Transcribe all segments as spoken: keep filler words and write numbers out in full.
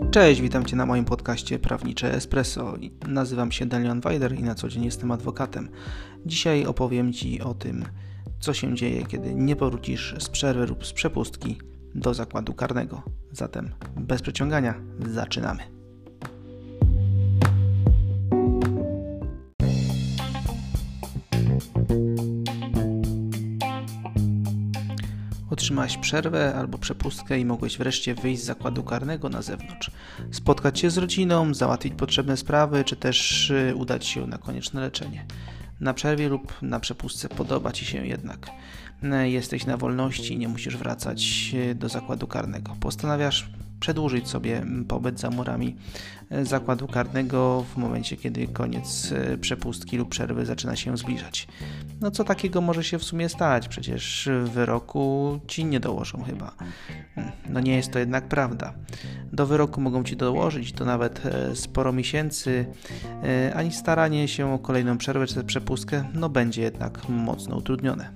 Cześć, witam Cię na moim podcaście Prawnicze Espresso. Nazywam się Daniel Wajder i na co dzień jestem adwokatem. Dzisiaj opowiem Ci o tym, co się dzieje, kiedy nie powrócisz z przerwy lub z przepustki do zakładu karnego. Zatem bez przeciągania zaczynamy. Otrzymałeś przerwę albo przepustkę i mogłeś wreszcie wyjść z zakładu karnego na zewnątrz. Spotkać się z rodziną, załatwić potrzebne sprawy, czy też udać się na konieczne leczenie. Na przerwie lub na przepustce podoba Ci się jednak. Jesteś na wolności i nie musisz wracać do zakładu karnego. Postanawiasz przedłużyć sobie pobyt za murami zakładu karnego w momencie, kiedy koniec przepustki lub przerwy zaczyna się zbliżać. No co takiego może się w sumie stać? Przecież wyroku Ci nie dołożą chyba. No nie jest to jednak prawda. Do wyroku mogą Ci dołożyć to nawet sporo miesięcy, ani staranie się o kolejną przerwę czy przepustkę no będzie jednak mocno utrudnione.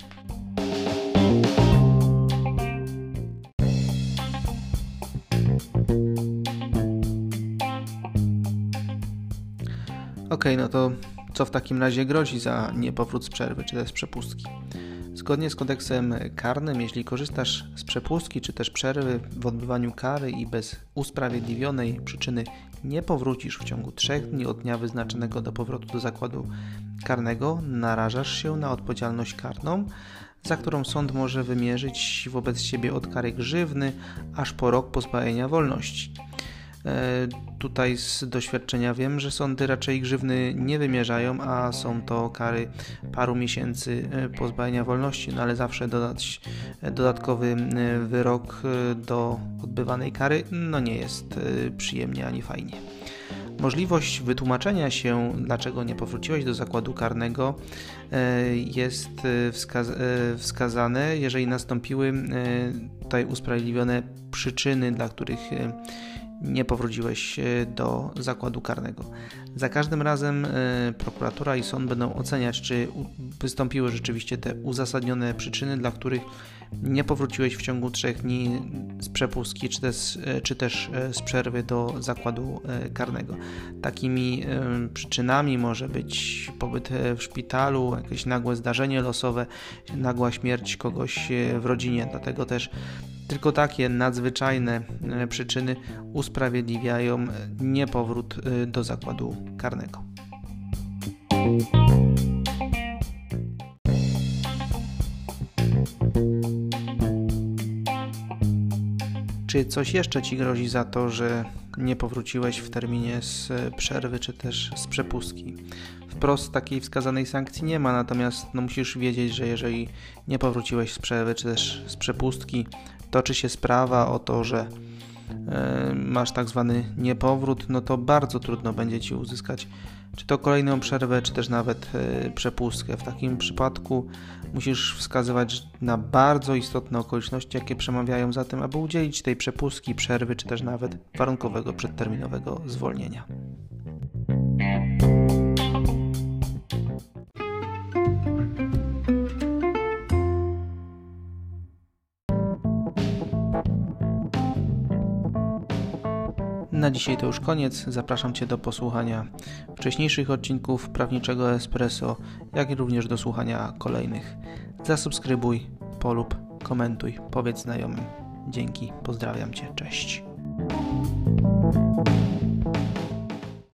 Okej, no to co w takim razie grozi za niepowrót z przerwy czy też z przepustki? Zgodnie z kodeksem karnym, jeśli korzystasz z przepustki czy też przerwy w odbywaniu kary i bez usprawiedliwionej przyczyny nie powrócisz w ciągu trzech dni od dnia wyznaczonego do powrotu do zakładu karnego, narażasz się na odpowiedzialność karną, za którą sąd może wymierzyć wobec Ciebie od kary grzywny aż po rok pozbawienia wolności. E, tutaj z doświadczenia wiem, że sądy raczej grzywny nie wymierzają, a są to kary paru miesięcy pozbawienia wolności, no ale zawsze dodać dodatkowy wyrok do odbywanej kary no nie jest przyjemnie ani fajnie. Możliwość wytłumaczenia się, dlaczego nie powróciłeś do zakładu karnego, jest wskaz- wskazane, jeżeli nastąpiły tutaj usprawiedliwione przyczyny, dla których nie powróciłeś do zakładu karnego. Za każdym razem prokuratura i sąd będą oceniać, czy wystąpiły rzeczywiście te uzasadnione przyczyny, dla których nie powróciłeś w ciągu trzech dni z przepustki, czy też, czy też z przerwy do zakładu karnego. Takimi przyczynami może być pobyt w szpitalu, jakieś nagłe zdarzenie losowe, nagła śmierć kogoś w rodzinie, dlatego też tylko takie nadzwyczajne przyczyny usprawiedliwiają niepowrót do zakładu karnego. Czy coś jeszcze Ci grozi za to, że nie powróciłeś w terminie z przerwy czy też z przepustki? Wprost takiej wskazanej sankcji nie ma, natomiast no, musisz wiedzieć, że jeżeli nie powróciłeś z przerwy czy też z przepustki, toczy się sprawa o to, że yy, masz tak zwany niepowrót, no to bardzo trudno będzie Ci uzyskać czy to kolejną przerwę, czy też nawet yy, przepustkę. W takim przypadku musisz wskazywać na bardzo istotne okoliczności, jakie przemawiają za tym, aby udzielić tej przepustki, przerwy, czy też nawet warunkowego przedterminowego zwolnienia. Na dzisiaj to już koniec. Zapraszam Cię do posłuchania wcześniejszych odcinków Prawniczego Espresso, jak i również do słuchania kolejnych. Zasubskrybuj, polub, komentuj, powiedz znajomym. Dzięki, pozdrawiam Cię, cześć.